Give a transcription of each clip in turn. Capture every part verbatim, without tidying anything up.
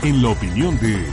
en la opinión de...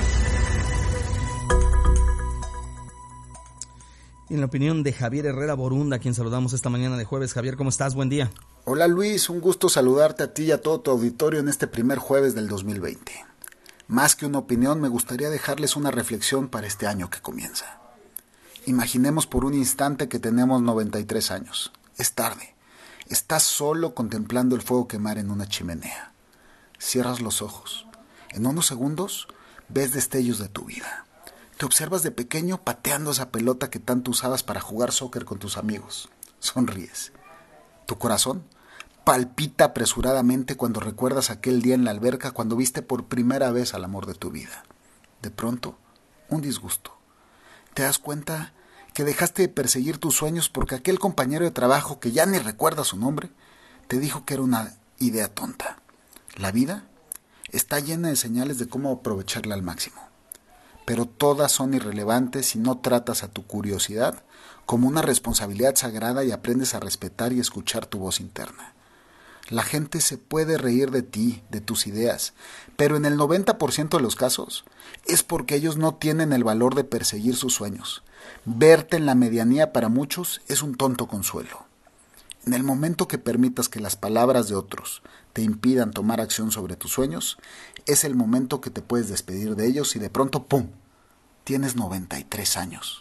En la opinión de Javier Herrera Borunda, a quien saludamos esta mañana de jueves. Javier, ¿cómo estás? Buen día. Hola Luis, un gusto saludarte a ti y a todo tu auditorio en este primer jueves del dos mil veinte. Más que una opinión, me gustaría dejarles una reflexión para este año que comienza. Imaginemos por un instante que tenemos noventa y tres años. Es tarde. Estás solo contemplando el fuego quemar en una chimenea. Cierras los ojos. En unos segundos ves destellos de tu vida. Te observas de pequeño pateando esa pelota que tanto usabas para jugar soccer con tus amigos. Sonríes. Tu corazón palpita apresuradamente cuando recuerdas aquel día en la alberca cuando viste por primera vez al amor de tu vida. De pronto, un disgusto. Te das cuenta que dejaste de perseguir tus sueños porque aquel compañero de trabajo, que ya ni recuerda su nombre, te dijo que era una idea tonta. La vida está llena de señales de cómo aprovecharla al máximo. Pero todas son irrelevantes si no tratas a tu curiosidad como una responsabilidad sagrada y aprendes a respetar y escuchar tu voz interna. La gente se puede reír de ti, de tus ideas, pero en el noventa por ciento de los casos es porque ellos no tienen el valor de perseguir sus sueños. Verte en la medianía para muchos es un tonto consuelo. En el momento que permitas que las palabras de otros te impidan tomar acción sobre tus sueños, es el momento que te puedes despedir de ellos y de pronto, ¡pum!, tienes noventa y tres años.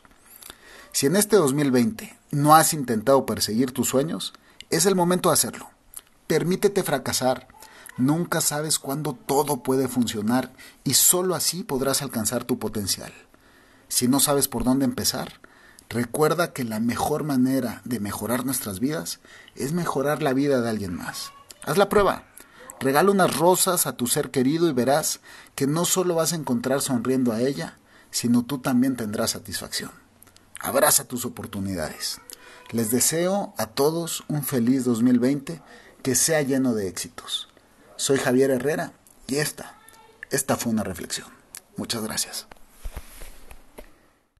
Si en este dos mil veinte no has intentado perseguir tus sueños, es el momento de hacerlo. Permítete fracasar. Nunca sabes cuándo todo puede funcionar y solo así podrás alcanzar tu potencial. Si no sabes por dónde empezar, recuerda que la mejor manera de mejorar nuestras vidas es mejorar la vida de alguien más. Haz la prueba. Regala unas rosas a tu ser querido y verás que no solo vas a encontrar sonriendo a ella, sino tú también tendrás satisfacción. Abraza tus oportunidades. Les deseo a todos un feliz dos mil veinte que sea lleno de éxitos. Soy Javier Herrera y esta, esta fue una reflexión. Muchas gracias.